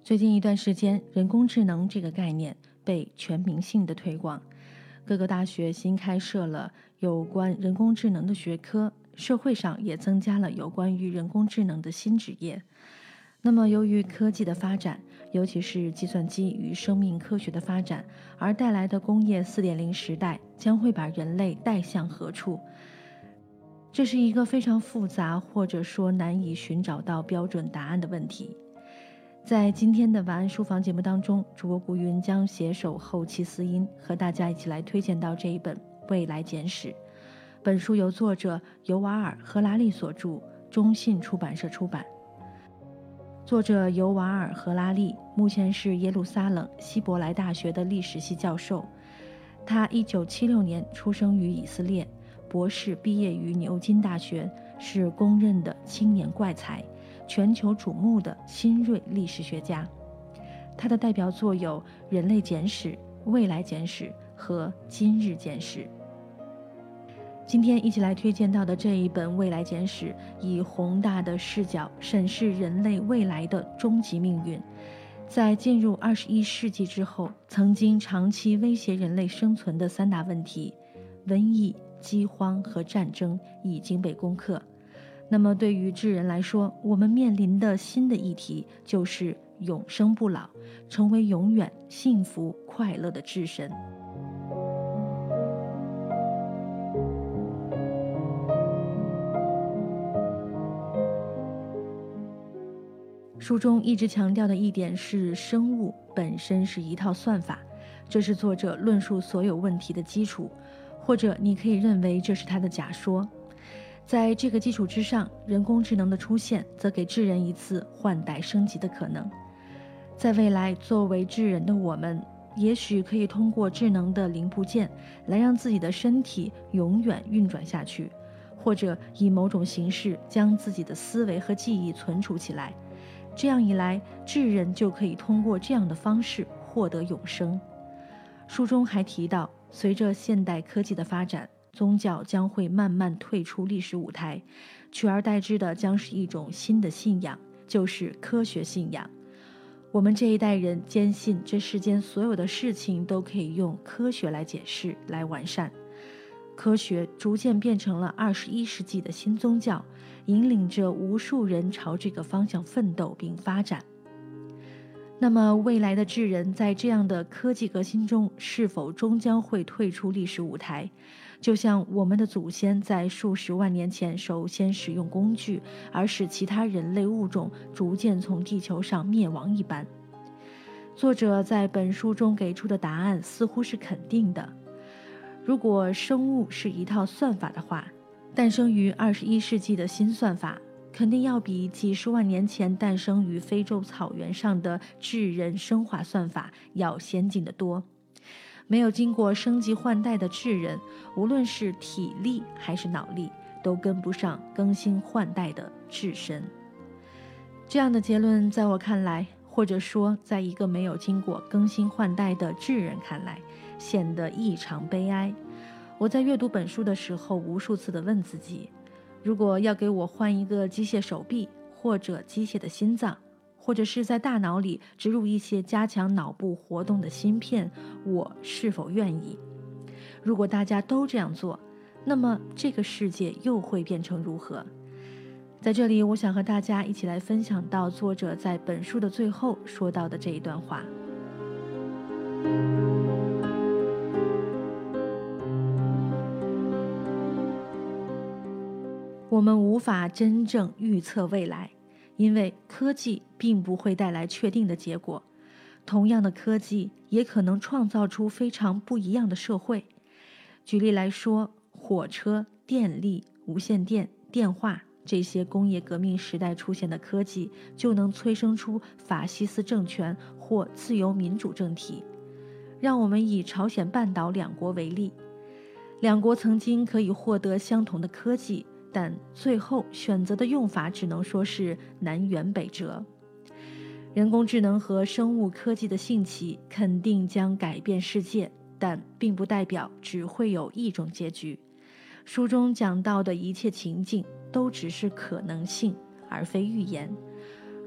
最近一段时间，人工智能这个概念被全民性的推广，各个大学新开设了有关人工智能的学科，社会上也增加了有关于人工智能的新职业。那么由于科技的发展，尤其是计算机与生命科学的发展而带来的工业 4.0 时代，将会把人类带向何处？这是一个非常复杂或者说难以寻找到标准答案的问题。在今天的晚安书房节目当中，主播古云将携手后期思音和大家一起来推荐到这一本《未来简史》。本书由作者尤瓦尔·赫拉利所著，中信出版社出版。作者尤瓦尔·赫拉利目前是耶路撒冷希伯来大学的历史系教授。他1976年出生于以色列，博士毕业于牛津大学，是公认的青年怪才，全球瞩目的新锐历史学家。他的代表作有《人类简史》《未来简史》和《今日简史》。今天一起来推荐到的这一本《未来简史》，以宏大的视角审视人类未来的终极命运。在进入21世纪之后，曾经长期威胁人类生存的三大问题——瘟疫、饥荒和战争已经被攻克。那么对于智人来说，我们面临的新的议题就是永生不老，成为永远幸福快乐的智神。书中一直强调的一点是，生物本身是一套算法，这是作者论述所有问题的基础，或者你可以认为这是他的假说。在这个基础之上，人工智能的出现则给智人一次换代升级的可能。在未来，作为智人的我们，也许可以通过智能的零部件来让自己的身体永远运转下去，或者以某种形式将自己的思维和记忆存储起来。这样一来，智人就可以通过这样的方式获得永生。书中还提到，随着现代科技的发展，宗教将会慢慢退出历史舞台，取而代之的将是一种新的信仰，就是科学信仰。我们这一代人坚信，这世间所有的事情都可以用科学来解释、来完善。科学逐渐变成了21世纪的新宗教，引领着无数人朝这个方向奋斗并发展。那么未来的智人在这样的科技革新中，是否终将会退出历史舞台？就像我们的祖先在数十万年前首先使用工具，而使其他人类物种逐渐从地球上灭亡一般。作者在本书中给出的答案似乎是肯定的。如果生物是一套算法的话，诞生于21世纪的新算法肯定要比几十万年前诞生于非洲草原上的智人生化算法要先进得多。没有经过升级换代的智人，无论是体力还是脑力，都跟不上更新换代的智神。这样的结论在我看来，或者说在一个没有经过更新换代的智人看来，显得异常悲哀。我在阅读本书的时候，无数次地问自己，如果要给我换一个机械手臂，或者机械的心脏，或者是在大脑里植入一些加强脑部活动的芯片，我是否愿意？如果大家都这样做，那么这个世界又会变成如何？在这里，我想和大家一起来分享到作者在本书的最后说到的这一段话。我们无法真正预测未来，因为科技并不会带来确定的结果。同样的科技也可能创造出非常不一样的社会。举例来说，火车、电力、无线电、电话这些工业革命时代出现的科技，就能催生出法西斯政权或自由民主政体。让我们以朝鲜半岛两国为例，两国曾经可以获得相同的科技，但最后选择的用法只能说是南辕北辙。人工智能和生物科技的兴起肯定将改变世界，但并不代表只会有一种结局。书中讲到的一切情境都只是可能性，而非预言。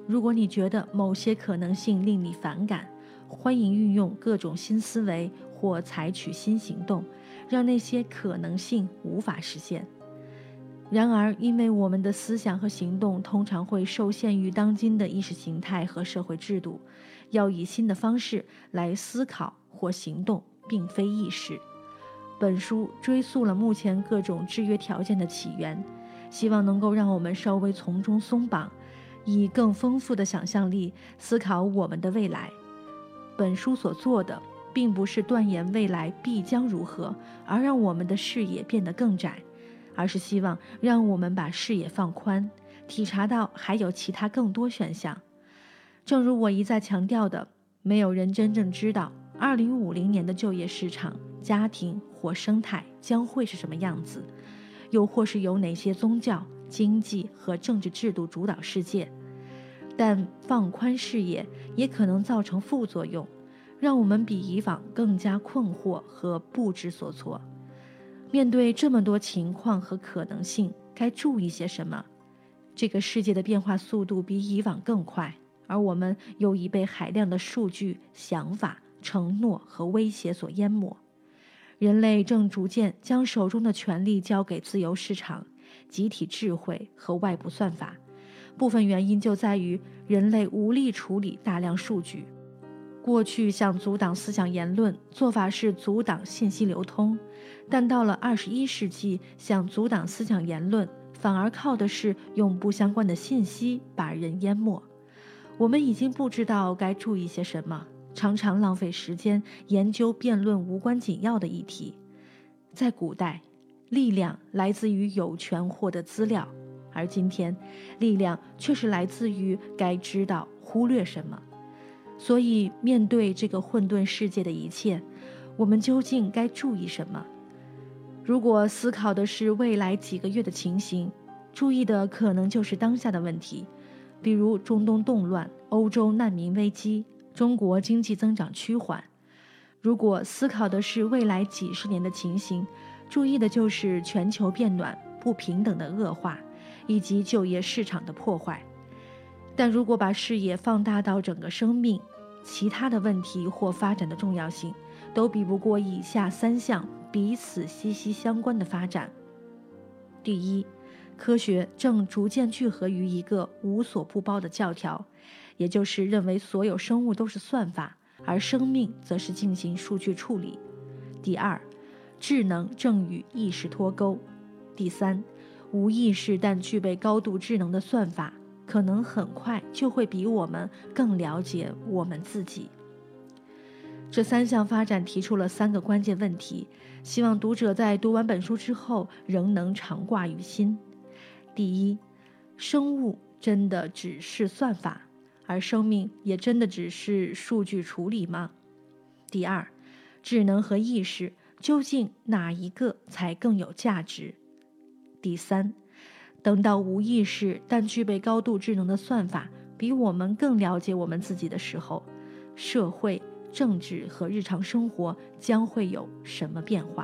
如果你觉得某些可能性令你反感，欢迎运用各种新思维或采取新行动，让那些可能性无法实现。然而，因为我们的思想和行动通常会受限于当今的意识形态和社会制度，要以新的方式来思考或行动，并非易事。本书追溯了目前各种制约条件的起源，希望能够让我们稍微从中松绑，以更丰富的想象力思考我们的未来。本书所做的，并不是断言未来必将如何，而让我们的视野变得更窄，而是希望让我们把视野放宽，体察到还有其他更多选项。正如我一再强调的，没有人真正知道2050年的就业市场、家庭或生态将会是什么样子，又或是由哪些宗教、经济和政治制度主导世界。但放宽视野也可能造成副作用，让我们比以往更加困惑和不知所措。面对这么多情况和可能性，该注意些什么？这个世界的变化速度比以往更快，而我们又已被海量的数据、想法、承诺和威胁所淹没。人类正逐渐将手中的权力交给自由市场、集体智慧和外部算法。部分原因就在于人类无力处理大量数据。过去想阻挡思想言论，做法是阻挡信息流通，但到了21世纪，想阻挡思想言论，反而靠的是用不相关的信息把人淹没。我们已经不知道该注意些什么，常常浪费时间研究辩论无关紧要的议题。在古代，力量来自于有权获得资料，而今天，力量却是来自于该知道忽略什么。所以，面对这个混沌世界的一切，我们究竟该注意什么？如果思考的是未来几个月的情形，注意的可能就是当下的问题，比如中东动乱、欧洲难民危机、中国经济增长趋缓。如果思考的是未来几十年的情形，注意的就是全球变暖、不平等的恶化，以及就业市场的破坏。但如果把视野放大到整个生命，其他的问题或发展的重要性，都比不过以下3项彼此息息相关的发展。第一，科学正逐渐聚合于一个无所不包的教条，也就是认为所有生物都是算法，而生命则是进行数据处理。第二，智能正与意识脱钩。第三，无意识但具备高度智能的算法，可能很快就会比我们更了解我们自己。这3项发展提出了3个关键问题，希望读者在读完本书之后仍能常挂于心。第一，生物真的只是算法，而生命也真的只是数据处理吗？第二，智能和意识究竟哪一个才更有价值？第三，等到无意识但具备高度智能的算法比我们更了解我们自己的时候，社会、政治和日常生活将会有什么变化？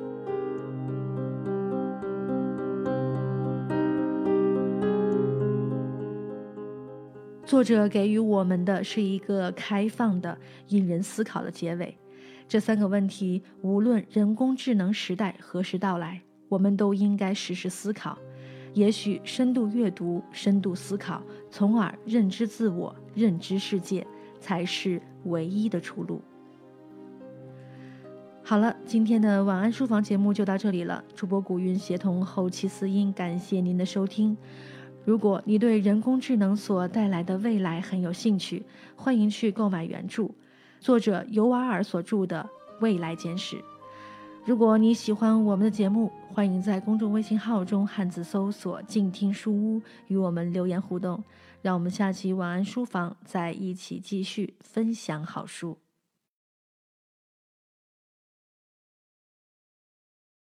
作者给予我们的是一个开放的、引人思考的结尾。这3个问题，无论人工智能时代何时到来，我们都应该时时思考。也许深度阅读、深度思考，从而认知自我、认知世界，才是唯一的出路。好了，今天的晚安书房节目就到这里了。主播古云协同后期私音，感谢您的收听。如果你对人工智能所带来的未来很有兴趣，欢迎去购买原著，作者尤瓦尔所著的《未来简史》。如果你喜欢我们的节目，欢迎在公众微信号中汉字搜索静听书屋，与我们留言互动。让我们下期晚安书房再一起继续分享好书。